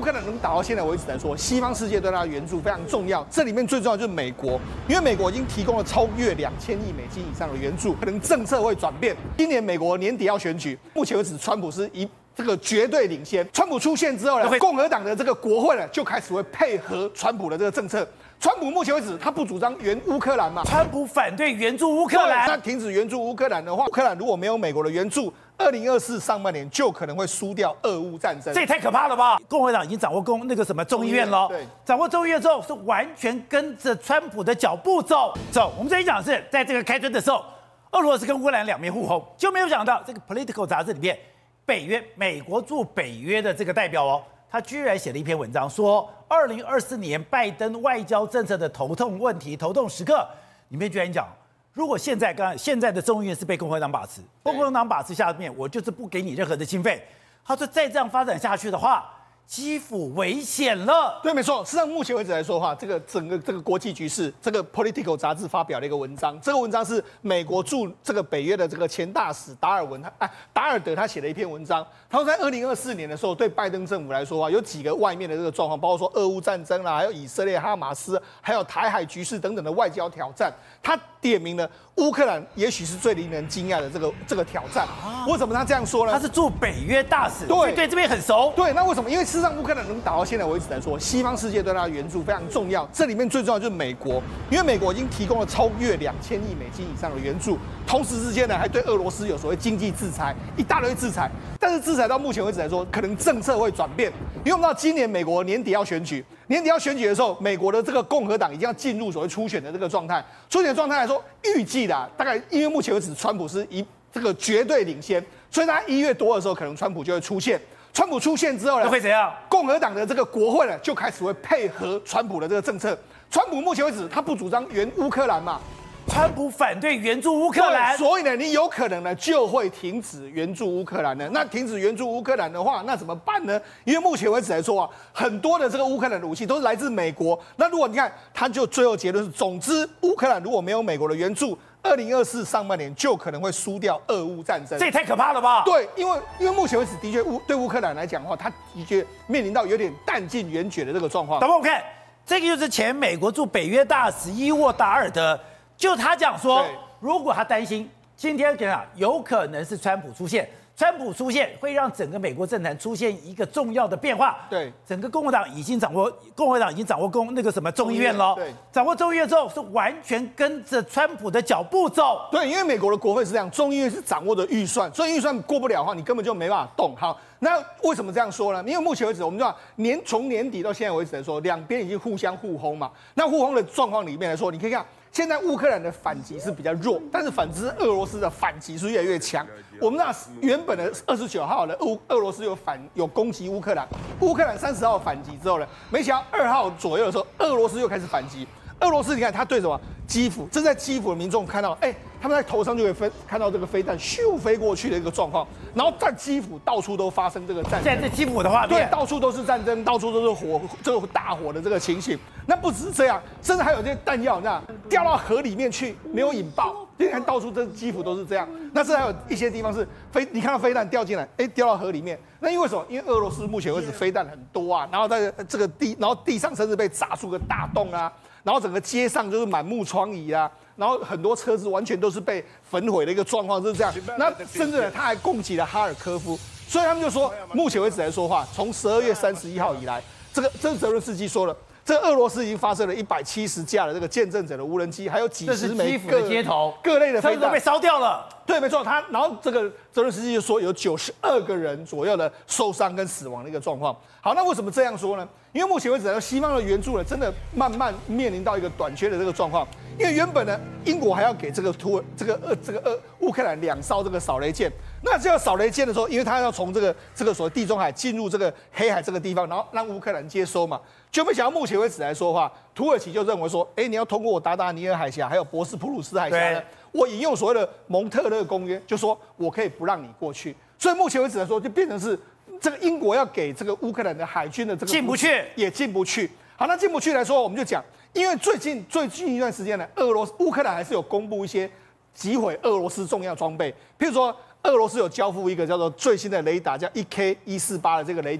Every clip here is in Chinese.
乌克兰能打到现在为止来说，西方世界对它的援助非常重要。这里面最重要就是美国，因为美国已经提供了超越2000亿美金以上的援助，可能政策会转变。今年美国年底要选举，目前为止，川普是这个绝对领先。川普出现之后呢，共和党的这个国会呢就开始会配合川普的这个政策。川普目前为止，他不主张援乌克兰嘛？ 川普反对援助乌克兰。 那停止援助乌克兰的话，乌克兰如果没有美国的援助，2024上半年就可能会输掉俄乌战争。 这也太可怕了吧！共和党已经掌握那个什么众议院了， 对， 掌握众议院之后是完全跟着川普的脚步走。我们这里讲的是，在这个开春的时候，俄罗斯跟乌克兰两面互轰，就没有想到这个 Political 杂志里面，美国驻北约的这个代表他居然写了一篇文章，说2024年拜登外交政策的头痛问题、头痛时刻，里面居然讲，如果现在的众议院是被共和党把持，共和党把持下面，我就是不给你任何的经费。他说再这样发展下去的话，基辅危险了。 对，没错。事实上，目前为止来说的话，这个整个这个国际局势，这个 Political 杂志发表了一个文章。这个文章是美国驻这个北约的这个前大使达尔德他写的一篇文章。他说，在2024年的时候，对拜登政府来说有几个外面的这个状况，包括说俄乌战争啦，还有以色列、哈马斯，还有台海局势等等的外交挑战。他点名了乌克兰，也许是最令人惊讶的这个挑战。为什么他这样说呢？ 他是驻北约大使， 对这边很熟。 对，那为什么？因为事实上，乌克兰能打到现在为止来说，西方世界对它的援助非常重要。这里面最重要就是美国，因为美国已经提供了超越2000亿美金以上的援助，同时之间呢，还对俄罗斯有所谓经济制裁，一大堆制裁。但是制裁到目前为止来说，可能政策会转变，因为我们知道今年美国年底要选举，的时候，美国的这个共和党已经要进入所谓初选的这个状态。初选的状态来说，预计的大概，因为目前为止川普是这个绝对领先，所以他1月多的时候，可能川普就会出现。川普出现之后呢， 会怎样？ 共和党的这个国会呢，就开始会配合川普的这个政策。川普目前为止，他不主张援乌克兰嘛？ 川普反对援助乌克兰， 所以呢，你有可能呢就会停止援助乌克兰呢。那停止援助乌克兰的话，那怎么办呢？因为目前为止来说很多的这个乌克兰的武器都是来自美国。那如果你看，他就最后结论是，总之乌克兰如果没有美国的援助，2024上半年就可能会输掉俄乌战争。 这也太可怕了吧？ 对，因为目前为止的确对乌克兰来讲的话，他的确面临到有点弹尽援绝的这个状况。 导播，我看这个就是前美国驻北约大使伊沃达尔德。就他讲说，如果他担心今天有可能是川普出现会让整个美国政坛出现一个重要的变化。 对， 整个共和党已经掌握那个什么众议院了。 对， 掌握众议院之后是完全跟着川普的脚步走。 对，因为美国的国会是这样，众议院是掌握的预算，所以预算过不了的话，你根本就没办法动。好，那为什么这样说呢？因为目前为止，我们知道从年底到现在为止来说，两边已经互相互轰嘛。那互轰的状况里面来说，你可以看。现在乌克兰的反击是比较弱，但是反之俄罗斯的反击是越来越强。我们那原本的29号的俄罗斯有攻击乌克兰，乌克兰30号反击之后呢，没想到2号左右的时候，俄罗斯又开始反击。俄罗斯你看他对什么基辅，正在基辅的民众看到，他们在头上就会看到这个飞弹咻飞过去的一个状况，然后在基辅到处都发生这个战争。 现在在基辅的话， 对，到处都是战争，到处都是火，这个大火的这个情形。那不只是这样，甚至还有这些弹药，掉到河里面去，没有引爆。你看到处这基辅都是这样。那是还有一些地方是你看到飞弹掉进来，掉到河里面。那因为什么？因为俄罗斯目前为止飞弹很多啊，然后在这个然后地上甚至被炸出个大洞啊，然后整个街上就是满目疮痍啊。然后很多车子完全都是被焚毁的一个状况，就是这样。那甚至呢，他还攻击了哈尔科夫，所以他们就说，目前为止来说话，从12月31号以来，这是泽伦斯基说了，这俄罗斯已经发射了170架的这个见证者的无人机，还有几十枚街头各类的飞弹都被烧掉了。 对，没错，然后这个泽伦斯基就说有92个人左右的受伤跟死亡的一个状况。好，那为什么这样说呢？因为目前为止，西方的援助呢，真的慢慢面临到一个短缺的这个状况。因为原本呢，英国还要给乌克兰2艘这个扫雷舰。那这个扫雷舰的时候，因为他要从这个所谓地中海进入这个黑海这个地方，然后让乌克兰接收嘛，就没想到目前为止来说的话，土耳其就认为说，你要通过我达达尼尔海峡还有博斯普鲁斯海峡呢，我引用所谓的蒙特勒公约，就说我可以不让你过去。所以目前为止来说，就变成是这个英国要给这个乌克兰的海军的这个进不去， 也进不去。好，那进不去来说，我们就讲，因为最近一段时间呢，乌克兰还是有公布一些击毁俄罗斯重要装备，譬如说俄罗斯有交付一个叫做最新的雷达，叫1K148的这个雷达。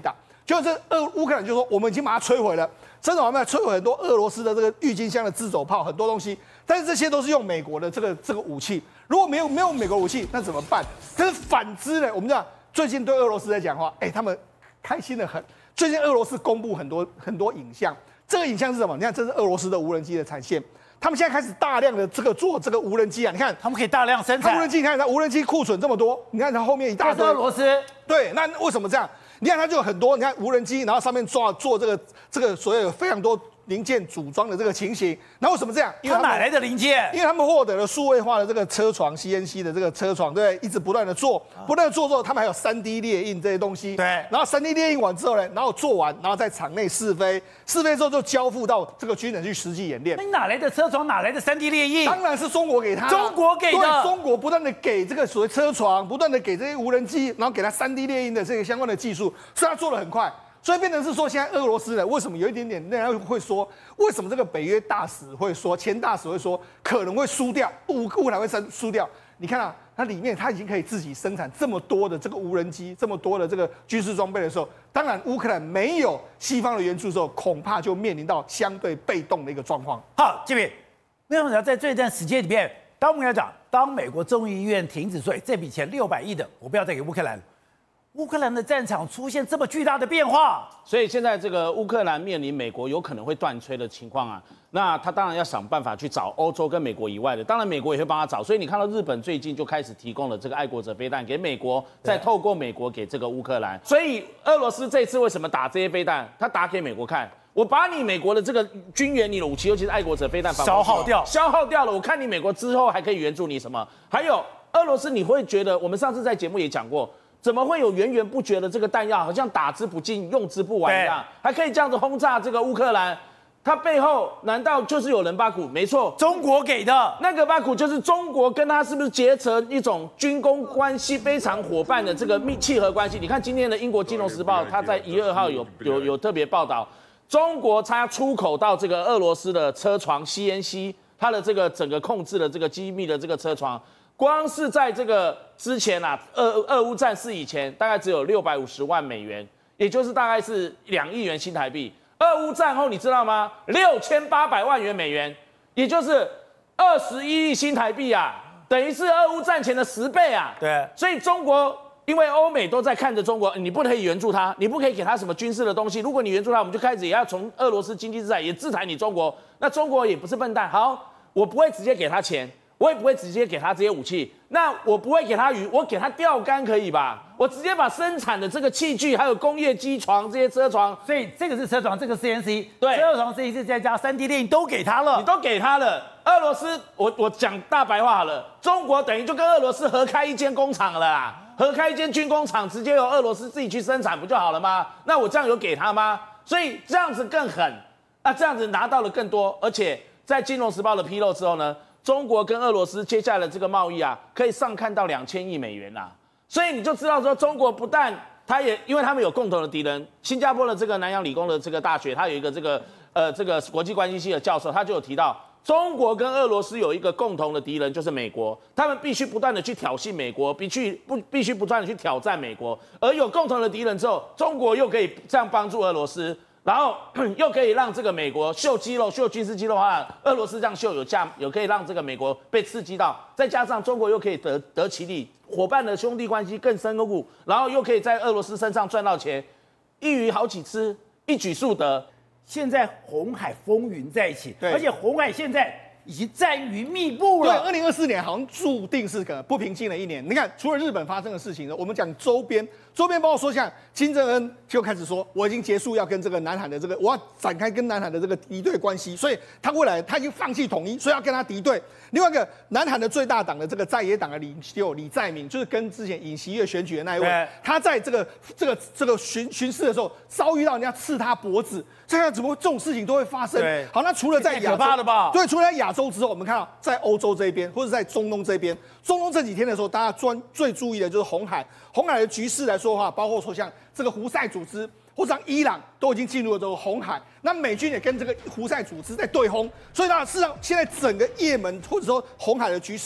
就是乌克兰就说我们已经把它摧毁了，真的我们摧毁很多俄罗斯的这个郁金香的自走炮，很多东西，但是这些都是用美国的这个武器，如果没有美国武器，那怎么办？但是反之呢，我们讲最近对俄罗斯在讲话，他们开心的很。最近俄罗斯公布很多影像，这个影像是什么？你看，这是俄罗斯的无人机的产线。他们现在开始大量的做这个无人机啊！你看， 他们可以大量生产无人机，你看它无人机库存这么多，你看它后面一大堆。 俄罗斯对，那为什么这样？你看它就有很多，你看无人机，然后上面做这个所有非常多零件组装的这个情形。那为什么这样？因为他哪来的零件？ 因为他们获得了数位化的这个车床 CNC 的这个车床，对，一直不断的做之后，他们还有3D 列印这些东西。 对， 然后3D 列印完之后呢，然后做完，然后在场内试飞之后就交付到这个军人去实际演练。 那你哪来的车床？哪来的3D 列印？ 当然是中国给他， 中国给的。 对，中国不断的给这个所谓车床，不断的给这些无人机，然后给他3D 列印的这个相关的技术，所以他做得很快。所以变成是说，现在俄罗斯呢，为什么有一点点人家会说，为什么这个北约大使会说，前大使会说可能会输掉，乌克兰会输掉？你看啊，它里面它已经可以自己生产这么多的这个无人机，这么多的这个军事装备的时候，当然乌克兰没有西方的援助的时候，恐怕就面临到相对被动的一个状况。 好，这边为什么要在这段时间里面，当我们要讲，当美国众议院停止说这笔钱600亿的，我不要再给乌克兰了。乌克兰的战场出现这么巨大的变化， 所以现在这个乌克兰面临美国有可能会断炊的情况啊，那他当然要想办法去找欧洲跟美国以外的，当然美国也会帮他找。所以你看到日本最近就开始提供了这个爱国者飞弹给美国，再透过美国给这个乌克兰。所以俄罗斯这次为什么打这些飞弹？他打给美国看，我把你美国的这个军援、你的武器，尤其是爱国者飞弹， 消耗掉了。 我看你美国之后还可以援助你什么？还有俄罗斯，你会觉得我们上次在节目也讲过。怎么会有源源不绝的这个弹药，好像打之不尽、用之不完一样，还可以这样子轰炸这个乌克兰？它背后难道就是有人巴古？没错， 中国给的那个巴古就是中国跟他是不是结成一种军工关系非常伙伴的这个契合关系？你看今天的英国金融时报，它在1月2号有特别报道，中国它出口到这个俄罗斯的车床 CNC， 它的这个整个控制的这个机密的这个车床。光是在这个之前啊，俄乌战事以前，大概只有650万美元，也就是大概是2亿元新台币。俄乌战后，你知道吗？6800万元美元，也就是21亿新台币啊，等于是俄乌战前的10倍啊。 对， 所以中国，因为欧美都在看着中国，你不可以援助他，你不可以给他什么军事的东西。如果你援助他，我们就开始也要从俄罗斯经济制裁，也制裁你中国。那中国也不是笨蛋，好，我不会直接给他钱。我也不会直接给他这些武器，那我不会给他鱼，我给他钓竿可以吧？我直接把生产的这个器具，还有工业机床这些车床， 所以这个是车床，这个 CNC， 对， 车床 CNC 再加3D 列印都给他了， 你都给他了。俄罗斯，我讲大白话好了，中国等于就跟俄罗斯合开一间工厂了啦，合开一间军工厂，直接由俄罗斯自己去生产不就好了吗？那我这样有给他吗？所以这样子更狠，这样子拿到了更多，而且在《金融时报》的披露之后呢？中国跟俄罗斯接下来的这个贸易啊，可以上看到2000亿美元啦，所以你就知道说，中国不但他也，因为他们有共同的敌人，新加坡的这个南洋理工的这个大学，他有一个这个国际关系系的教授，他就有提到，中国跟俄罗斯有一个共同的敌人，就是美国，他们必须不断的去挑衅美国，必须不断的去挑战美国，而有共同的敌人之后，中国又可以这样帮助俄罗斯。然后又可以让这个美国秀肌肉、秀军事肌肉的话，俄罗斯这样秀有可以让这个美国被刺激到，再加上中国又可以得其利，伙伴的兄弟关系更深固，然后又可以在俄罗斯身上赚到钱，一鱼好几吃，一举数得。 现在红海风云在一起， 对， 而且红海现在已经战云密布了。 对，2024年好像注定是个不平静的一年。你看，除了日本发生的事情呢，我们讲周边包括说像金正恩就开始说，我已经结束要跟这个南韩的这个，我要展开跟南韩的这个敌对关系，所以他未来他已经放弃统一，所以要跟他敌对。另外一个，南韩的最大党的这个在野党的领袖李在明，就是跟之前尹锡悦选举的那一位，他在这个巡视的时候遭遇到人家刺他脖子，这样怎么这种事情都会发生？好，那除了在亚洲， 可怕了吧？ 对，除了在亚洲之后，我们看到在欧洲这边，或者在中东这边，中东这几天的时候，大家最注意的就是红海的局势来说的话，包括说像这个胡塞组织。或者像伊朗都已经进入了这个红海，那美军也跟这个胡塞组织在对轰，所以呢，事实上现在整个也门或者说红海的局势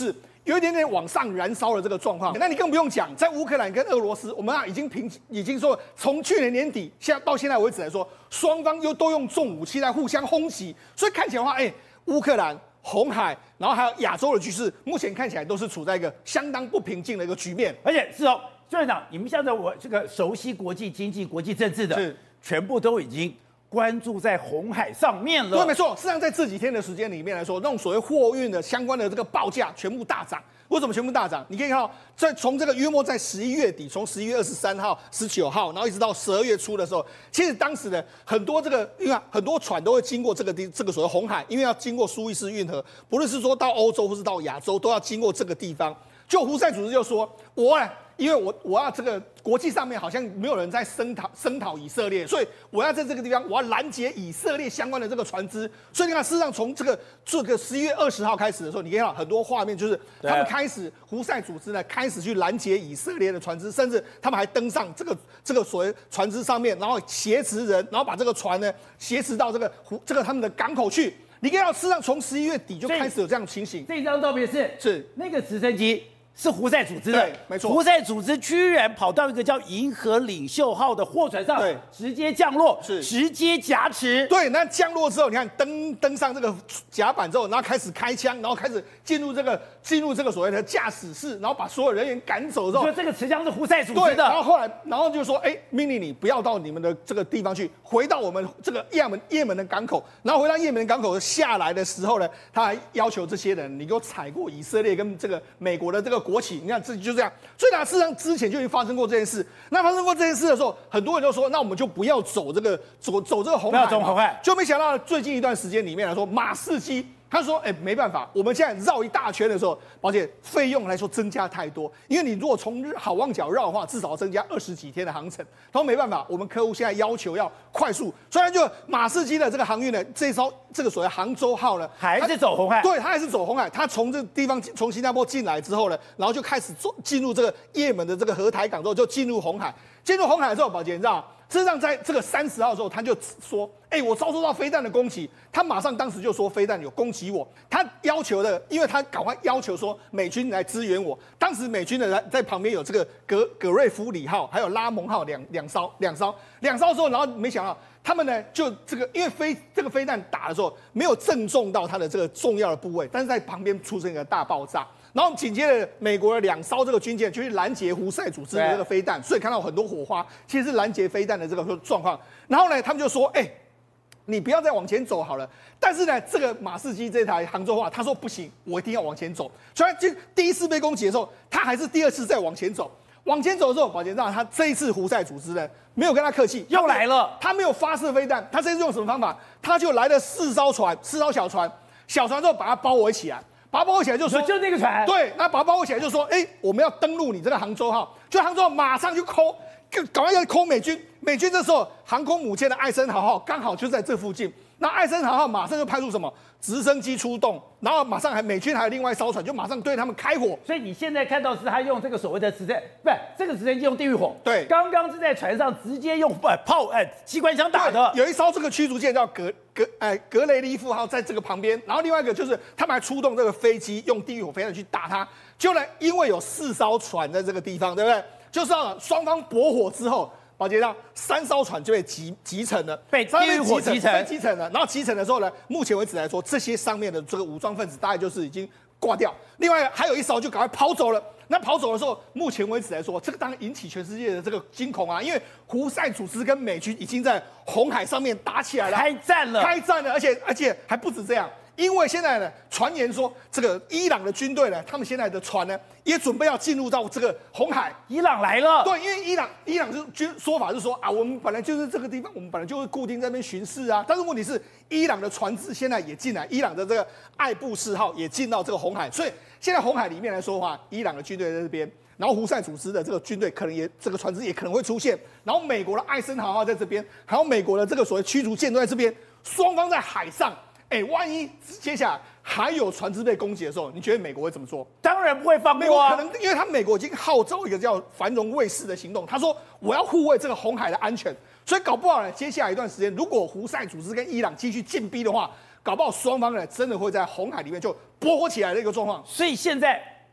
有一点点往上燃烧的这个状况。那你更不用讲，在乌克兰跟俄罗斯，我们已经说从去年年底到现在为止来说，双方都用重武器来互相轰击，所以看起来的话，乌克兰、红海，然后还有亚洲的局势，目前看起来都是处在一个相当不平静的一个局面。 而且是哦，院长，你们像我这个熟悉国际经济、国际政治的， 是全部都已经关注在红海上面了。 对，没错。事实上，在这几天的时间里面来说，那种所谓货运的相关的这个报价全部大涨。为什么全部大涨？你可以看到，从这个约莫在11月底，从11月23号、19号，然后一直到12月初的时候，其实当时的很多因为很多船都会经过这个所谓红海，因为要经过苏伊士运河，不论是说到欧洲或是到亚洲，都要经过这个地方。就胡塞组织就说，因为我要这个国际上面好像没有人在声讨以色列，所以我要在这个地方我要拦截以色列相关的这个船只。所以你看，事实上从这个11月20号开始的时候，你可以看到很多画面，就是他们胡塞组织呢开始去拦截以色列的船只，甚至他们还登上这个所谓船只上面，然后挟持人，然后把这个船呢挟持到这个他们的港口去。你可以看到，事实上从11月底就开始有这样的情形。 这张照片是那个直升机。是胡塞组织的， 对，没错。 胡塞组织居然跑到一个叫银河领袖号的货船上，直接降落，直接挟持。 对，那降落之后，你看登上这个甲板之后，然后开始开枪，然后开始进入这个所谓的驾驶室，然后把所有人员赶走之后， 就这个持枪是胡塞组织的。 对，然后就说，命令你不要到你们的这个地方去，回到我们这个也门的港口。然后回到也门的港口下来的时候呢，他还要求这些人，你给我踩过以色列跟这个美国的这个国旗，你看，这就这样。所以呢，事实上之前就已经发生过这件事。那发生过这件事的时候，很多人就说，那我们就不要走这个红海， 不要走红海。 就没想到最近一段时间里面来说，马士基他说，没办法，我们现在绕一大圈的时候，而且费用来说增加太多，因为你如果从好望角绕的话，至少要增加20几天的航程。他说没办法，我们客户现在要求要快速，虽然就马士基的这个航运呢，这个所谓杭州号呢， 还是走红海， 对，他还是走红海。他从这个地方从新加坡进来之后呢，然后就开始进入这个也门的这个荷台港之后，就进入红海。进入红海之后，宝杰你知道吗？事实上，在这个30号的时候，他就说：“我遭受到飞弹的攻击。”他马上当时就说飞弹有攻击我。他要求的，因为他赶快要求说美军来支援我。当时美军的在旁边有这个葛瑞夫里号，还有拉蒙号两艘之后，然后没想到他们呢就因为这个飞弹打的时候没有正中到他的这个重要的部位，但是在旁边出现一个大爆炸。然后紧接着，美国的2艘这个军舰就去拦截胡塞组织的这个飞弹，所以看到很多火花，其实是拦截飞弹的这个状况。然后呢，他们就说：“你不要再往前走好了。”但是呢，这个马士基这台杭州号，他说不行，我一定要往前走。所以就第一次被攻击的时候，他还是第二次再往前走。往前走的时候，宝杰让他这一次胡塞组织呢没有跟他客气， 又来了。 他没有发射飞弹，他这次用什么方法？他就来了4艘小船之后把它包围起来。把它包围起来就说， 就那个船， 对，那把它包围起来就说，我们要登陆你这个杭州号，就杭州号马上就赶快要扣美军。美军这时候航空母舰的艾森豪号刚好就在这附近，那艾森豪号马上就派出什么直升机出动，然后马上美军还有另外一艘船就马上对他们开火。 所以你现在看到是他用这个所谓的这个直升机用地狱火， 对， 刚刚是在船上直接用机关枪打的。 有一艘这个驱逐舰叫格雷利夫号在这个旁边，然后另外一个就是他们还出动这个飞机用地狱火飞弹去打它。就呢，因为有4艘船在这个地方，对不对？就是双方搏火之后，宝杰让3艘船就被击沉了， 被地狱火击沉了。然后击沉的时候呢，目前为止来说，这些上面的这个武装分子大概就是已经挂掉。另外还有一艘就赶快跑走了。那跑走的时候，目前为止来说，这个当然引起全世界的这个惊恐啊，因为胡塞组织跟美军已经在红海上面打起来了， 开战了， 而且还不止这样。因为现在呢，传言说这个伊朗的军队呢，他们现在的船呢，也准备要进入到这个红海。 伊朗来了， 对，因为伊朗说法是说啊，我们本来就是这个地方，我们本来就会固定在那边巡视啊。但是问题是，伊朗的船只现在也进来，伊朗的这个艾布士号也进到这个红海，所以现在红海里面来说的话，伊朗的军队在这边，然后胡塞组织的这个军队可能这个船只也可能会出现，然后美国的艾森豪号在这边，还有美国的这个所谓驱逐舰都在这边，双方在海上。万一接下来还有船只被攻击的时候，你觉得美国会怎么做？ 当然不会放过啊！ 可能因为美国已经号召一个叫繁荣卫士的行动，他说我要护卫这个红海的安全，所以搞不好呢，接下来一段时间，如果胡塞组织跟伊朗继续进逼的话，搞不好双方呢真的会在红海里面就搏火起来的一个状况。 所以现在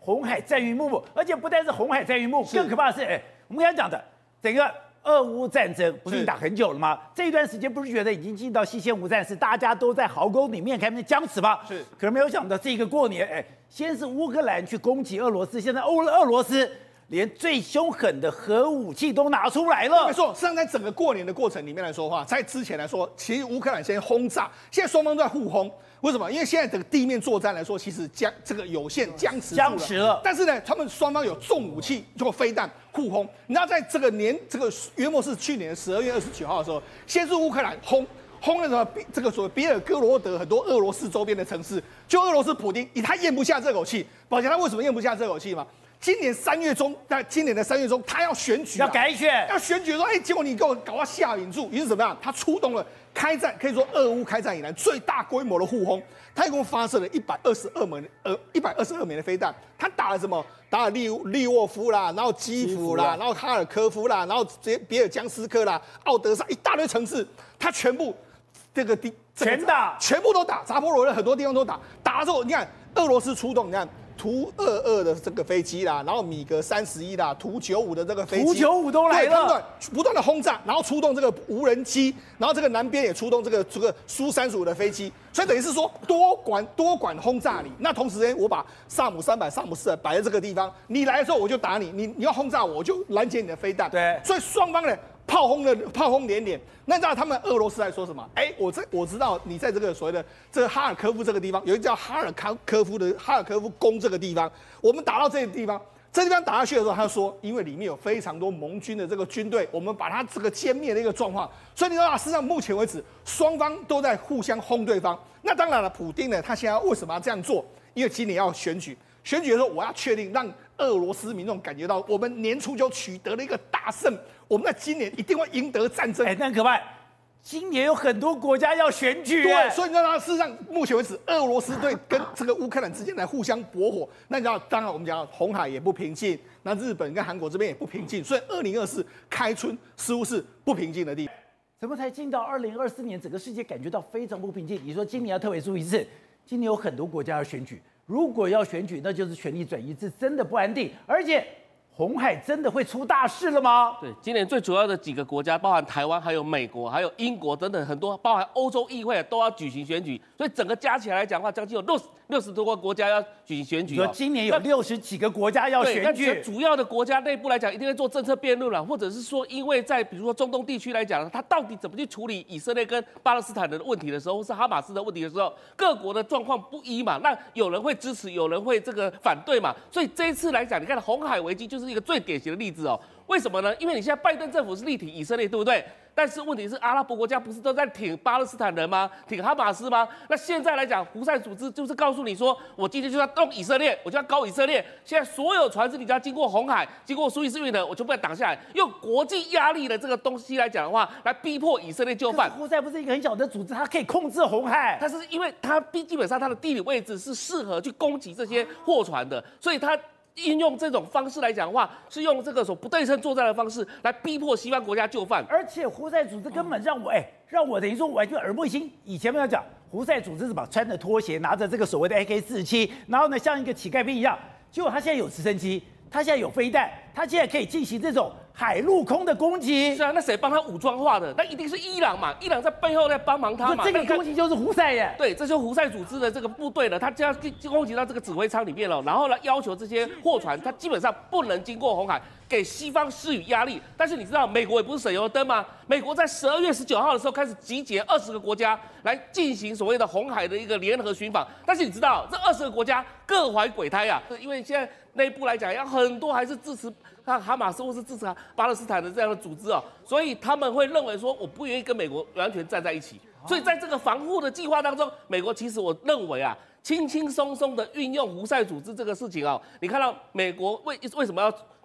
红海战云木，而且不但是红海战云木，更可怕的是，我们刚才讲的整个俄乌战争不是已经打很久了吗？这一段时间不是觉得已经进到西线无战事，大家都在壕沟里面开始僵持吗？ 是， 可是没有想到这个过年，先是乌克兰去攻击俄罗斯，现在俄罗斯连最凶狠的核武器都拿出来了。 没错，实际上在整个过年的过程里面来说的话，在之前来说，其实乌克兰先轰炸，现在双方都在互轰。为什么？因为现在整个地面作战来说，其实这个有限僵持了。但是呢，他们双方有重武器做飞弹互轰。你知道，在这个约莫是去年12月29号的时候，先是乌克兰轰了什么？这个所谓别尔哥罗德很多俄罗斯周边的城市，就俄罗斯普丁他咽不下这口气。宝强他为什么咽不下这口气嘛？今年的3月中，他要选举， 要改选， 要选举的时候，结果你给我搞到下引注，于是怎么样？他出动了开战，可以说俄乌开战以来最大规模的互轰，他一共发射了122枚的飞弹，他打了什么？打了利沃夫啦，然后基辅啦，然后哈尔科夫啦，然后别尔江斯克啦、奥德萨一大堆城市，他全部全部都打，扎波罗热很多地方都打，打了之后，你看俄罗斯出动，你看。图22的这个飞机啦，然后米格31啦，图95的这个飞机， 图95都来了， 不断的轰炸，然后出动这个无人机，然后这个南边也出动这个苏35的飞机，所以等于是说多管轰炸你。那同时间我把萨姆300、萨姆400摆在这个地方，你来的时候我就打你，你要轰炸我就拦截你的飞弹。 对， 所以双方呢炮轰连连。那你知道他们俄罗斯在说什么？我知道你在这个所谓的这个哈尔科夫这个地方，有一个叫哈尔科夫攻这个地方，我们打到这个地方打下去的时候，他说，因为里面有非常多盟军的这个军队，我们把它这个歼灭的一个状况。所以你知道，事实上目前为止，双方都在互相轰对方。那当然了，普丁呢，他现在为什么要这样做？因为今年要选举的时候，我要确定让俄罗斯民众感觉到，我们年初就取得了一个大胜，我们在今年一定会赢得战争。 那很可怕。今年有很多国家要选举， 对，所以你知道，事实上目前为止，俄罗斯队跟这个乌克兰之间来互相搏火。那你知道，当然我们讲红海也不平静，那日本跟韩国这边也不平静，所以2024开春似乎是不平静的地方。 怎么才进到2024年，整个世界感觉到非常不平静？你说今年要特别注意是，今年有很多国家要选举，如果要选举，那就是权力转移，是真的不安定，而且。红海真的会出大事了吗？ 对，今年最主要的几个国家，包含台湾、还有美国、还有英国等等很多，包含欧洲议会都要举行选举，所以整个加起来讲的话，将近有60多个国家要举行选举。 说今年有60几个国家要选举， 主要的国家内部来讲，一定会做政策辩论了，或者是说，因为在比如说中东地区来讲，他到底怎么去处理以色列跟巴勒斯坦的问题的时候，或是哈马斯的问题的时候，各国的状况不一嘛，那有人会支持，有人会这个反对嘛，所以这一次来讲，你看红海危机就是一个最典型的例子哦。为什么呢？因为你现在拜登政府是力挺以色列，对不对？但是问题是，阿拉伯国家不是都在挺巴勒斯坦人吗？挺哈马斯吗？那现在来讲，胡塞组织就是告诉你说，我今天就要动以色列，我就要搞以色列。现在所有船只你就要经过红海，经过苏伊士运河，我就不要挡下来，用国际压力的这个东西来讲的话，来逼迫以色列就范。 胡塞不是一个很小的组织，它可以控制红海， 它是因为它基本上它的地理位置是适合去攻击这些货船的，所以它。应用这种方式来讲的话，是用这个所不对称作战的方式来逼迫西方国家就范。 而且胡塞组织根本让我等于说完全耳目一新。以前我们要讲胡塞组织是吧，穿着拖鞋，拿着这个所谓的 AK-47，然后呢像一个乞丐兵一样。结果他现在有直升机，他现在有飞弹，他现在可以进行这种海陆空的攻击。 是啊，那谁帮他武装化的？那一定是伊朗嘛，伊朗在背后在帮忙他嘛。 这个攻击就是胡塞耶。 对，这就是胡塞组织的这个部队了，他就要攻击到这个指挥舱里面了，然后呢要求这些货船，它基本上不能经过红海，给西方施予压力。但是你知道美国也不是省油的灯吗？美国在12月19号的时候开始集结20个国家来进行所谓的红海的一个联合巡访。但是你知道这20个国家各怀鬼胎啊，因为现在内部来讲，要很多还是支持哈马斯或是支持巴勒斯坦的这样的组织哦，所以他们会认为说，我不愿意跟美国完全站在一起。所以在这个防护的计划当中，美国其实我认为轻轻松松的运用胡塞组织这个事情哦，你看到美国为什么要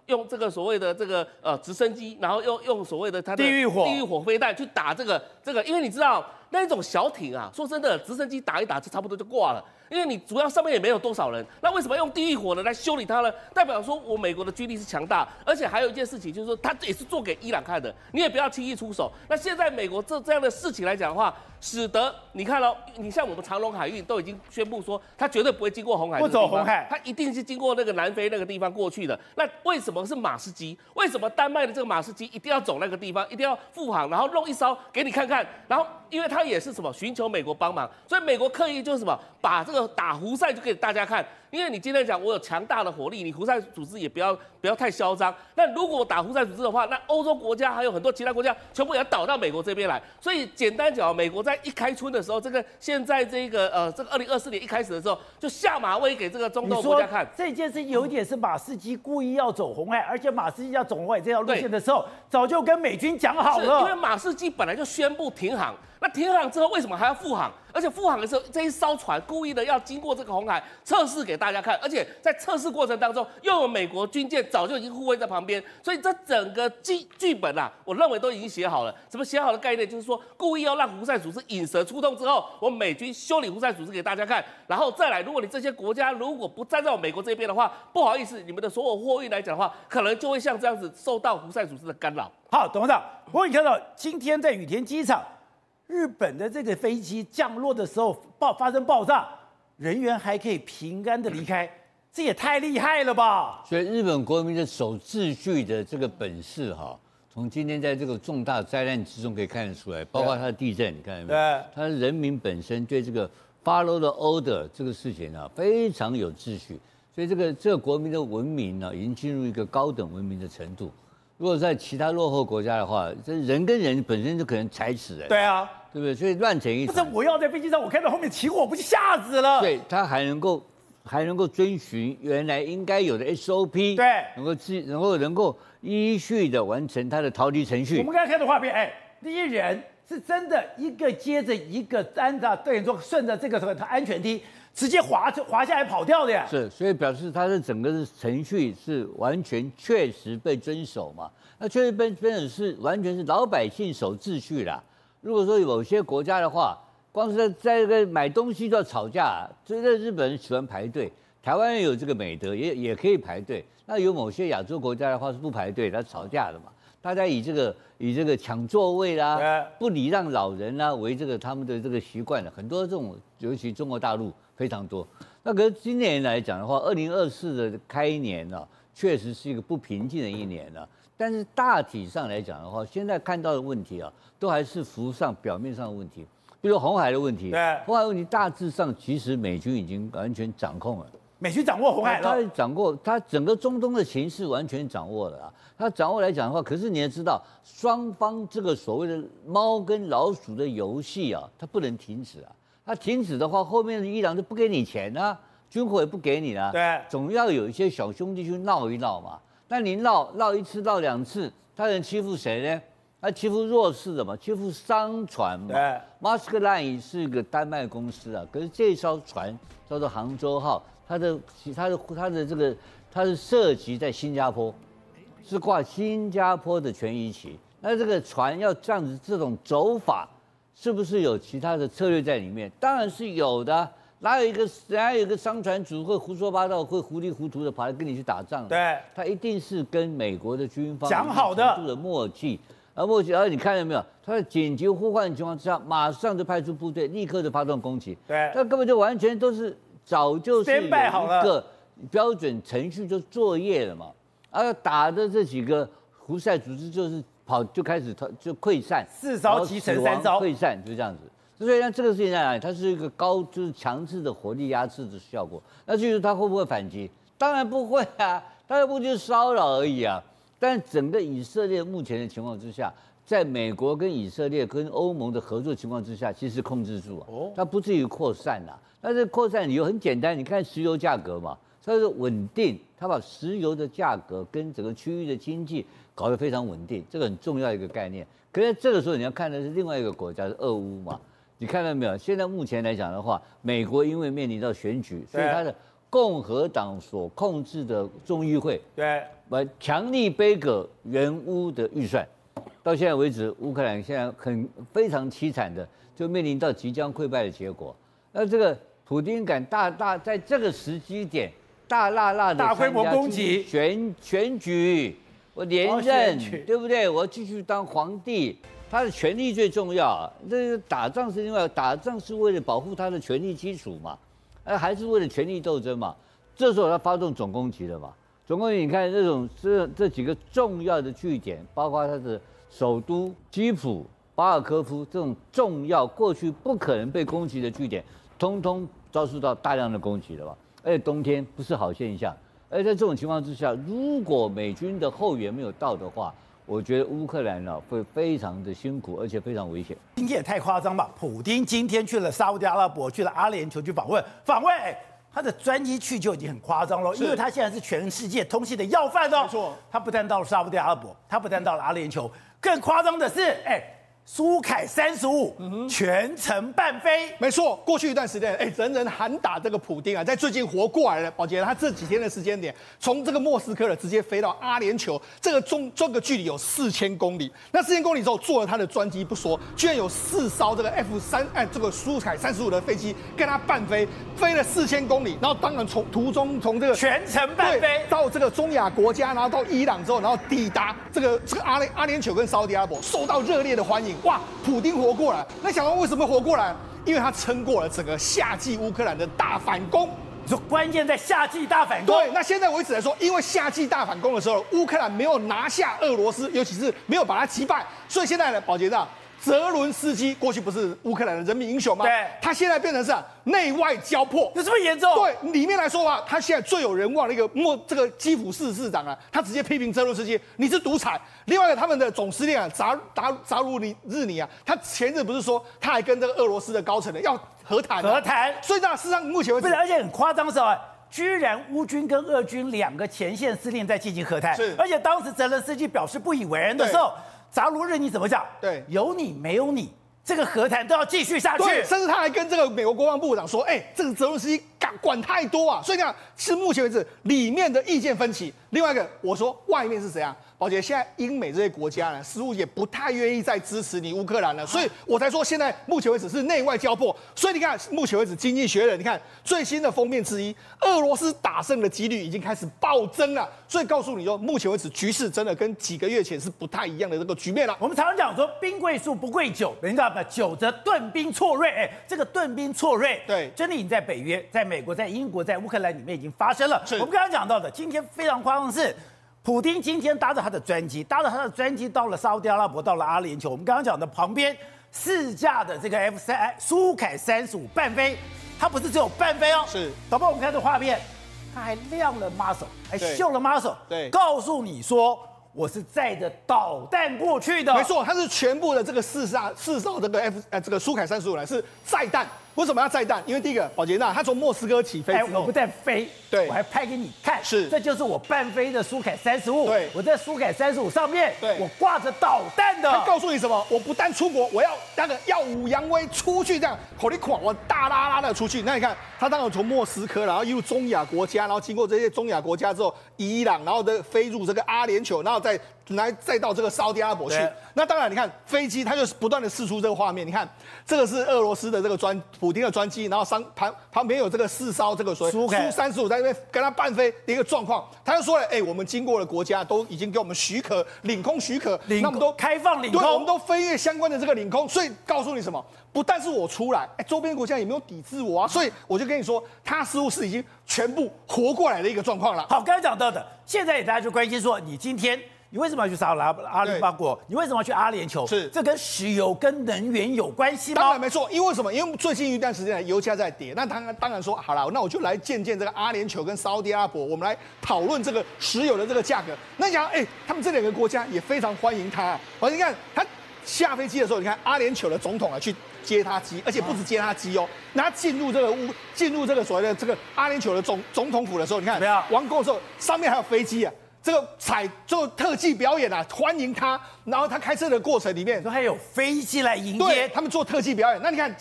用这个所谓的这个直升机，然后用所谓的它的地狱火飞弹去打这个，因为你知道那一种小艇啊，说真的，直升机打一打就差不多就挂了。因为你主要上面也没有多少人，那为什么用地狱火呢来修理它呢？代表说我美国的军力是强大，而且还有一件事情就是说，它也是做给伊朗看的，你也不要轻易出手。那现在美国这样的事情来讲的话，使得你看哦，你像我们长荣海运都已经宣布说，它绝对不会经过红海， 不走红海， 它一定是经过那个南非那个地方过去的。那为什么是马士基？为什么丹麦的这个马士基一定要走那个地方，一定要复航，然后弄一艘给你看看？然后因为它也是什么寻求美国帮忙，所以美国刻意就是什么把这个打胡塞就给大家看。因为你今天讲我有强大的火力，你胡塞组织也不要太嚣张。那如果我打胡塞组织的话，那欧洲国家还有很多其他国家全部也要倒到美国这边来。所以简单讲，美国在一开春的时候，现在这个2024年一开始的时候，就下马威给这个中东国家看。 这件事有一点是马士基故意要走红海，而且马士基要走红海这条路线的时候，早就跟美军讲好了。 因为马士基本来就宣布停航，那停航之后为什么还要复航？而且复航的时候，这一艘船故意的要经过这个红海测试给大家看，而且在测试过程当中，又有美国军舰早就已经护卫在旁边，所以这整个剧本啊，我认为都已经写好了。怎么写好的概念？就是说故意要让胡塞组织引蛇出洞之后，我们美军修理胡塞组织给大家看，然后再来，如果你这些国家如果不站在我美国这边的话，不好意思，你们的所有货运来讲的话，可能就会像这样子受到胡塞组织的干扰。 好，董事长，不过你看到今天在羽田机场，日本的这个飞机降落的时候发生爆炸，人员还可以平安的离开，这也太厉害了吧！ 所以日本国民的守秩序的这个本事哈，从今天在这个重大灾难之中可以看得出来，包括它的地震，你看到没有？它的人民本身对这个 follow the order 这个事情啊，非常有秩序，所以这个国民的文明呢，已经进入一个高等文明的程度。如果在其他落后国家的话，这人跟人本身就可能踩死人。 对啊， 对不对？所以乱成一团。 不是我要在飞机上，我看到后面起火，不就吓死了？ 对，他还能够遵循原来应该有的 SOP， 对， 能够依序的完成他的逃离程序。 我们刚才看的画面，第一人是真的一个接着一个按照等于说顺着这个安全梯直接滑下来跑掉的呀。 是，所以表示他的整个程序是完全确实被遵守嘛。那确实被遵守是完全是老百姓守秩序啦。如果说有些国家的话，光是在这个买东西就要吵架，所以日本人喜欢排队，台湾人有这个美德，也可以排队。那有某些亚洲国家的话是不排队，他吵架的嘛。大家以这个抢座位啦，不礼让老人啦为这个他们的这个习惯的，很多这种，尤其中国大陆非常多。那可是今年来讲的话，2024的开年呢，确实是一个不平静的一年了。但是大体上来讲的话，现在看到的问题啊，都还是浮上表面上的问题，比如红海的问题。红海问题大致上其实美军已经完全掌控了。 美军掌握红海了， 他整个中东的形势完全掌握了啊。他掌握来讲的话，可是你也知道，双方这个所谓的猫跟老鼠的游戏啊，它不能停止啊。它停止的话，后面的伊朗就不给你钱啊，军火也不给你了。 对， 总要有一些小兄弟去闹一闹嘛。那你闹一次闹两次，他能欺负谁呢？他欺负弱势的嘛，欺负商船嘛。 对 ，Maersk Line 是个丹麦公司啊，可是这艘船叫做杭州号，它是涉及在新加坡，是挂新加坡的权益旗。那这个船要这样子这种走法，是不是有其他的策略在里面？当然是有的。哪有一个商船主会胡说八道，会糊里糊涂的跑来跟你去打仗？ 对， 他一定是跟美国的军方讲好的默契，而你看到没有？他在紧急呼唤的情况之下，马上就派出部队，立刻就发动攻击。 对， 那根本就完全都是早就是有一个标准程序就作业了嘛。而打的这几个胡塞组织就开始就溃散 ，4艘击沉3艘溃散，就这样子。所以呢，这个事情在哪里？它是一个就是强制的火力压制的效果。那至于它会不会反击？当然不会啊，当然不就是骚扰而已啊。但整个以色列目前的情况之下，在美国跟以色列跟欧盟的合作情况之下，其实控制住啊，它不至于扩散啊。但是扩散理由很简单，你看石油价格嘛，它是稳定，它把石油的价格跟整个区域的经济搞得非常稳定，这个很重要一个概念。可是这个时候你要看的是另外一个国家是俄乌嘛。你看到没有？现在目前来讲的话，美国因为面临到选举，所以它的共和党所控制的众议会， 对， 强力杯葛援乌的预算。到现在为止，乌克兰现在非常凄惨的，就面临到即将溃败的结果。那这个普丁敢在这个时机点大规模攻击选举，我连任，对不对？我继续当皇帝，他的权力最重要。这个打仗是另外，打仗是为了保护他的权力基础嘛，还是为了权力斗争嘛？这时候他发动总攻击了嘛？总攻击，你看这几个重要的据点，包括他的首都基辅、巴尔科夫这种重要过去不可能被攻击的据点，通通遭受到大量的攻击了吧？而且冬天不是好现象。而在这种情况之下，如果美军的后援没有到的话，我觉得乌克兰呢会非常的辛苦，而且非常危险。 今天也太夸张吧！普丁今天去了沙烏地阿拉伯，去了阿联酋去访问，他的专机去就已经很夸张了，因为他现在是全世界通信的要犯哦。 没错， 他不但到了沙烏地阿拉伯，他不但到了阿联酋，更夸张的是，苏凯35全程伴飞。 没错，过去一段时间，人人喊打这个普丁啊，在最近活过来了。宝杰，他这几天的时间点，从这个莫斯科了直接飞到阿联酋，这个距离有4000公里。那4000公里之后，坐了他的专机不说，居然有4艘这个 这个苏凯35的飞机跟他伴飞，飞了4000公里。然后当然途中从这个全程伴飞到这个中亚国家，然后到伊朗之后，然后抵达这个阿联酋跟沙烏地阿拉伯，受到热烈的欢迎。哇，普丁活过来，那想问为什么活过来？因为他撑过了整个夏季乌克兰的大反攻。 你说关键在夏季大反攻。 对，那现在为止来说，因为夏季大反攻的时候，乌克兰没有拿下俄罗斯，尤其是没有把它击败，所以现在呢，宝杰长。泽伦斯基过去不是乌克兰的人民英雄吗？ 对， 他现在变成是内外交迫， 有这么严重？ 对，里面来说吧，他现在最有人望的一个这个基辅市市长啊，他直接批评泽伦斯基你是独裁。另外一个他们的总司令啊，扎卢日尼啊，他前日不是说他还跟这个俄罗斯的高层的要和谈？所以呢，事实上目前为止， 而且很夸张的是居然乌军跟俄军2个前线司令在进行和谈，而且当时泽伦斯基表示不以为然的时候。扎卢日尼怎么讲？ 对， 有你没有你，这个和谈都要继续下去。 对，甚至他还跟这个美国国防部长说：“这个泽伦斯基管太多啊！”所以你看，是目前为止里面的意见分歧。另外一个，我说外面是怎样？宝杰，现在英美这些国家呢，似乎也不太愿意再支持你乌克兰了，所以我才说现在目前为止是内外交迫。所以你看，目前为止，《经济学人》你看最新的封面之一，俄罗斯打胜的几率已经开始暴增了。所以告诉你说，目前为止局势真的跟几个月前是不太一样的这个局面了。 我们常常讲说，兵贵树不贵久，你知道吗？久则顿兵错锐。这个顿兵错锐， 对， 真的已经在北约、在美国、在英国、在乌克兰里面已经发生了。我们刚刚讲到的，今天非常夸张的是。普丁今天搭着他的专机到了沙烏地阿拉伯，到了阿联酋。我们刚刚讲的旁边4架的这个 苏凯35伴飞，它不是只有伴飞哦， 是。 导播，我们看这画面，他还亮了 muscle， 还秀了 muscle， 对， 告诉你说我是载着导弹过去的。 没错，它是全部的这个4艘这个这个苏凯35呢是载弹。为什么要载弹？因为第一个，宝杰娜他从莫斯科起飞之后， 我不但飞， 对， 我还拍给你看， 是， 这就是我伴飞的苏凯35。 对， 我在苏凯35上面， 对， 我挂着导弹的。 他告诉你什么？我不但出国，我要耀武扬威出去，这样口里狂，我大拉拉的出去。那你看，他当然从莫斯科，然后一路中亚国家，然后经过这些中亚国家之后，伊朗，然后飞入这个阿联酋，然后再到这个沙烏地阿拉伯去。那当然，你看飞机，它就是不断的释出这个画面。你看，这个是俄罗斯的这个普丁的专机，然后旁边有这个4艘这个所谓苏35在那边跟他伴飞的一个状况。他就说了，我们经过的国家都已经给我们许可，领空许可， 那我们都开放领空， 对，我们都飞越相关的这个领空。所以告诉你什么？不但是我出来，周边国家也没有抵制我啊。所以我就跟你说，他似乎是已经全部活过来的一个状况了。 好，刚才讲到的，现在大家就关心说，你今天。你为什么要去沙烏地阿拉伯？你为什么要去阿联酋？ 是这跟石油、跟能源有关系吗？ 当然没错，因为什么？因为最近一段时间油价在跌，那当然说好了，那我就来见这个阿联酋跟沙烏地阿拉伯，我们来讨论这个石油的这个价格。那你想，他们这2个国家也非常欢迎他。你看他下飞机的时候，你看阿联酋的总统去接他机，而且不止接他机哦，那他进入这个所谓的这个阿联酋的总统府的时候，你看完工的时候，上面还有飛機啊。这个做特技表演啊，欢迎他。然后他开车的过程里面， 说还有飞机来迎接， 对他们做特技表演。那你看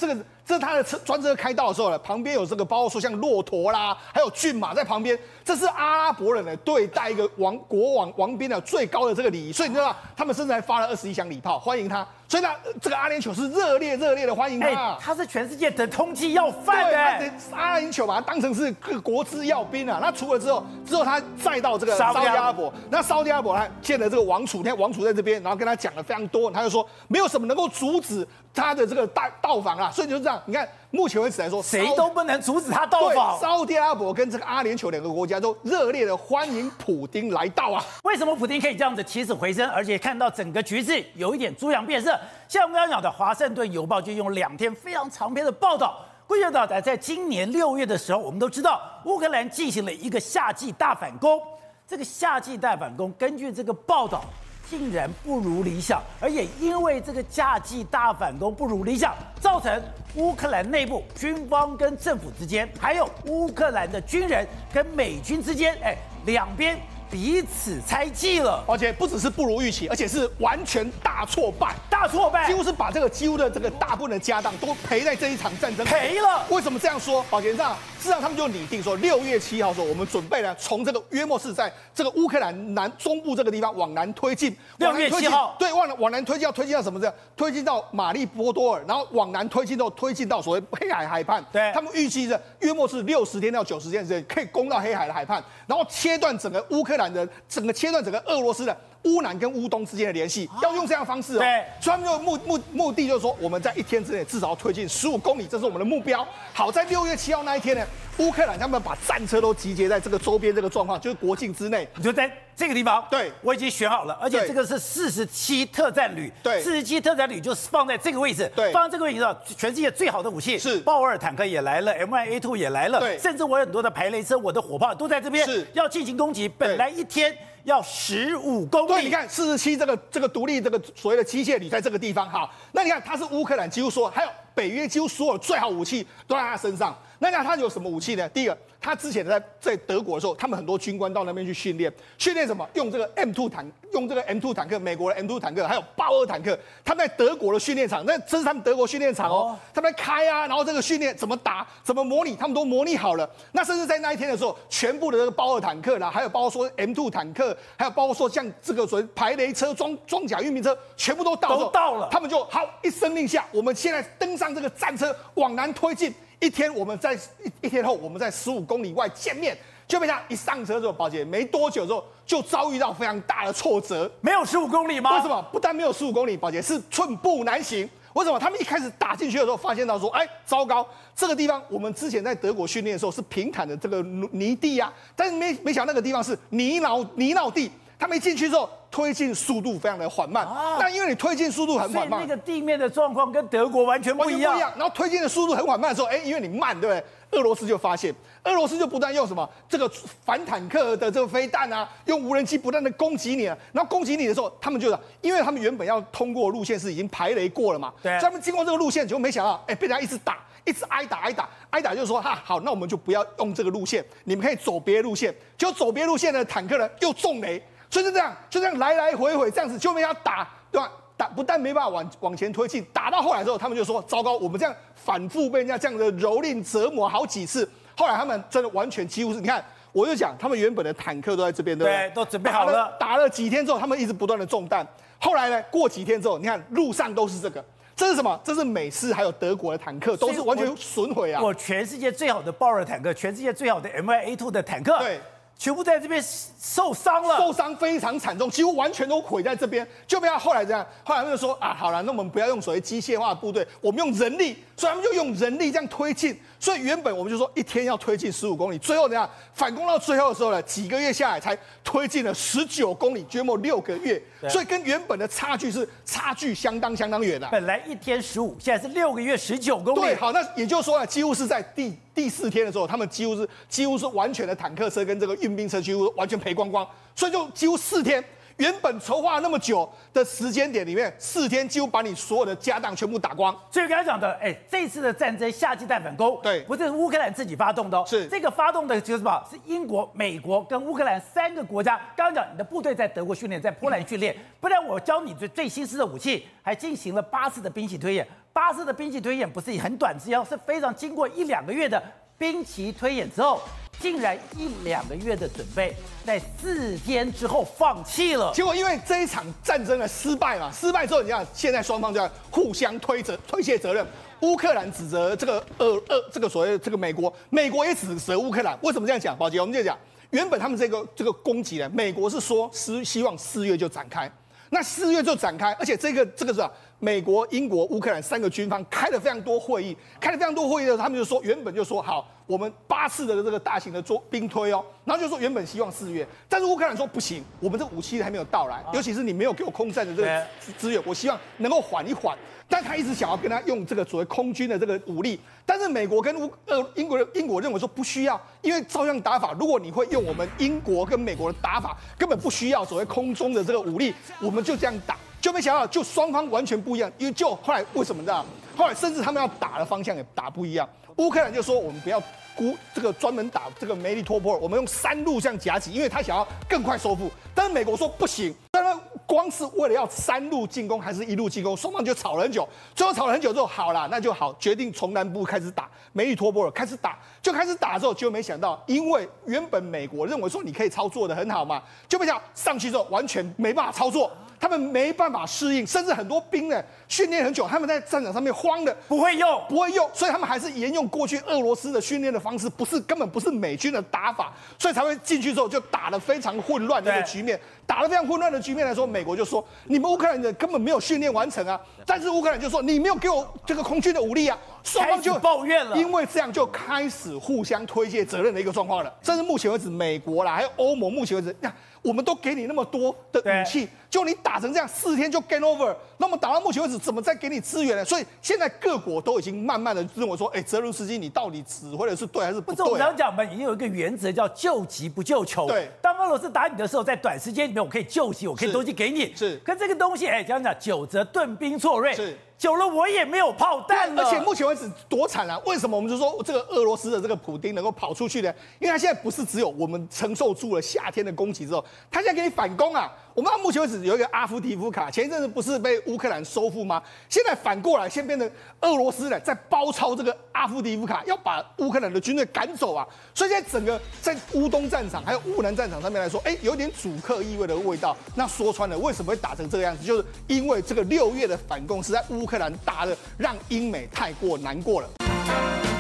这是他的专车开道的时候呢，旁边有这个包括说像骆驼啦，还有骏马在旁边，这是阿拉伯人呢对待一个国王兵的最高的这个礼仪，所以你知道他们甚至还发了21响礼炮欢迎他。所以呢，这个阿联酋是热烈的欢迎他。 他是全世界的通缉要犯的。 阿联酋把他当成是各国之要兵啊。那除了之后他再到这个沙特阿拉伯，那沙特阿拉伯他见了这个王储，你看王储在这边，然后跟他讲了非常多，他就说没有什么能够阻止他的这个到访啊。所以就是这样，你看目前为止来说， 谁都不能阻止他到访。 沙特阿拉伯跟这个阿联酋两个国家都热烈的欢迎普丁来到啊。 为什么普丁可以这样子起死回生，而且看到整个局势有一点猪羊变色？像我们刚刚讲的，《华盛顿邮报》就用2篇非常长篇的报道，归结到在今年6月的时候，我们都知道乌克兰进行了一个夏季大反攻。这个夏季大反攻，根据这个报道，竟然不如理想，而也因为这个夏季大反攻不如理想，造成乌克兰内部军方跟政府之间，还有乌克兰的军人跟美军之间，两边彼此猜忌了， 而且不只是不如预期，而且是完全大挫败，几乎是把几乎的这个大部分的家当都赔在这一场战争赔了。 为什么这样说？宝杰上，事实上他们就拟定说，6月7号说，我们准备呢从这个约莫是在这个乌克兰中部这个地方往南推进。 6月7号， 对，往南推进，要推进到什么？推进到马利波多尔，然后往南推进到所谓黑海海畔。 对， 他们预计的约莫是60天到90天时间可以攻到黑海的海畔，然后切断整个乌克兰的切断整个俄罗斯的乌南跟乌东之间的联系，要用这样的方式哦。 对， 所以他们就目的就是说，我们在1天之内至少要推进15公里，这是我们的目标。好在6月7号那一天呢，乌克兰他们把战车都集结在这个周边这个状况，就是国境之内， 就在这个地方。 对， 我已经选好了，而且这个是47特战旅。 对 ，47特战旅就是放在这个位置。 对， 放在这个位置上，全世界最好的武器是豹2坦克也来了 ，M1A2 也来了。 对， 甚至我有很多的排雷车，我的火炮都在这边， 是要进行攻击。本来1天要15公里。 对，你看47这个独立这个所谓的机械旅在这个地方。好，那你看它是乌克兰几乎还有北约几乎所有最好武器都在他身上。那他有什么武器呢？第一个，他之前在德国的时候，他们很多军官到那边去训练什么？用这个 M2 坦克，美国的 M2 坦克，还有豹2坦克，他们在德国的训练场，那这是他们德国训练场哦，他们在开啊，然后这个训练怎么打，怎么模拟，他们都模拟好了。那甚至在那一天的时候，全部的这个豹2坦克啦，还有包括说 M2 坦克，还有包括说像这个所谓排雷车、装甲运兵车，全部都到了，他们就好一声令下，我们现在登上这个战车往南推进。1天后，我们在15公里外见面，就被他一上车之后，宝姐没多久之后就遭遇到非常大的挫折。 没有15公里吗？ 为什么？不但没有15公里，宝姐是寸步难行。为什么？他们一开始打进去的时候，发现到说，糟糕，这个地方我们之前在德国训练的时候是平坦的这个泥地啊，但是没想到那个地方是泥淖地。他们一进去之后，推进速度非常的缓慢。那因为你推进速度很缓慢， 所以那个地面的状况跟德国完全不一样。 然后推进的速度很缓慢的时候，因为你慢，对不对？俄罗斯就发现，俄罗斯就不断用什么这个反坦克的这个飞弹啊，用无人机不断的攻击你啊。然后攻击你的时候，他们因为他们原本要通过路线是已经排雷过了嘛， 对， 所以他们经过这个路线，结果没想到，被人家一直打。一直挨打，就是说好，那我们就不要用这个路线，你们可以走别的路线。结果走别的路线的坦克呢又中雷，所以就这样来回这样子，就被他打，对吧？不但没办法往前推进，打到后来之后，他们就说糟糕，我们这样反复被人家这样的蹂躏折磨好几次，后来他们真的完全几乎是，你看，我就讲他们原本的坦克都在这边，对不对？ 对，都准备好了。 打了几天之后，他们一直不断的中弹，后来呢，过几天之后，你看路上都是这个。这是什么？这是美式还有德国的坦克，都是完全损毁啊！ 我全世界最好的豹2坦克，全世界最好的 M1A2 的坦克， 对， 全部在这边受伤了， 受伤非常惨重，几乎完全都毁在这边。就被他后来这样，后来他们就说好了，那我们不要用所谓机械化的部队，我们用人力，所以他们就用人力这样推进。所以原本我们就说1天要推进15公里，最后怎样反攻到最后的时候呢？几个月下来才推进了19公里，约莫6个月，所以跟原本的差距相当远啊。 本来1天15，现在是6个月19公里。 对，好，那也就是说呢，几乎是在第4天的时候，他们几乎是完全的坦克车跟这个运兵车几乎完全赔光光，所以就几乎4天。原本筹划那么久的时间点里面，4天几乎把你所有的家当全部打光。 所以刚才讲的，这次的战争夏季大反攻， 对， 不是乌克兰自己发动的， 是这个发动的就是什么？是英国、美国跟乌克兰3个国家。刚刚讲你的部队在德国训练，在波兰训练，不但我教你最新式的武器，还进行了8次的兵棋推演， 巴士的兵棋推演不是很短之间，是非常经过1-2个月的兵棋推演之后，竟然1-2个月的准备，在4天之后放弃了。 结果因为这一场战争的失败嘛，失败之后，你看现在双方就要互相推卸责任。乌克兰指责这个这个所谓这个美国，美国也指责乌克兰。为什么这样讲？宝杰，我们就讲，原本他们这个攻击呢，美国是说希望4月就展开，那4月就展开，而且这个是美国、英国、乌克兰3个军方开了非常多会议，的时候，他们就说原本就说好，我们8次的这个大型的兵推哦，然后就说原本希望4月，但是乌克兰说不行，我们这武器还没有到来，尤其是你没有给我空战的这个资源，我希望能够缓一缓。但他一直想要跟他用这个所谓空军的这个武力，但是美国跟英国认为说不需要，因为照样打法，如果你会用我们英国跟美国的打法，根本不需要所谓空中的这个武力，我们就这样打，就没想到就双方完全不一样，因为就后来为什么呢？后来甚至他们要打的方向也打不一样，乌克兰就说我们不要这个专门打这个梅利托波尔，我们用3路这样夹击，因为他想要更快收复，但是美国说不行，但是光是为了要3路进攻还是1路进攻，双方就吵了很久。最后吵了很久之后，好啦，那就好，决定从南部开始打，梅利托波尔开始打之后，就没想到，因为原本美国认为说你可以操作的很好嘛，就没想到上去之后完全没办法操作，他们没办法适应，甚至很多兵呢训练很久，他们在战场上面慌的不会用， 所以他们还是沿用过去俄罗斯的训练的方式，根本不是美军的打法，所以才会进去之后就打得非常混乱的一个局面。打得非常混乱的局面来说，美国就说你们乌克兰人根本没有训练完成啊，但是乌克兰就说你没有给我这个空军的武力啊，双方就抱怨了， 因为这样就开始互相推卸责任的一个状况了。甚至目前为止，美国啦还有欧盟，目前为止，我们都给你那么多的武器，就你打成这样4天就 game over， 那么打到目前为止怎么再给你资源呢？所以现在各国都已经慢慢的认为说，泽伦斯基你到底指挥的是对还是不对？ 我们讲嘛，已经有一个原则叫救急不救穷。 对， 当俄罗斯打你的时候，在短时间里面我可以救急，我可以东西给你。 是， 可这个东西，讲久则顿兵错锐。 是。 久了我也没有炮弹了， 而且目前为止多惨啊！为什么我们就说这个俄罗斯的这个普丁能够跑出去呢？因为他现在不是只有我们承受住了夏天的攻击之后，他现在给你反攻啊！我们到目前为止有一个阿夫迪夫卡，前一阵子不是被乌克兰收复吗？现在反过来，现在变成俄罗斯呢在包抄这个阿夫迪夫卡，要把乌克兰的军队赶走啊！所以现在整个在乌东战场还有乌南战场上面来说，有点主客意味的味道。那说穿了，为什么会打成这个样子？就是因为这个6月的反攻是在乌克兰打的。让英美太过难过了。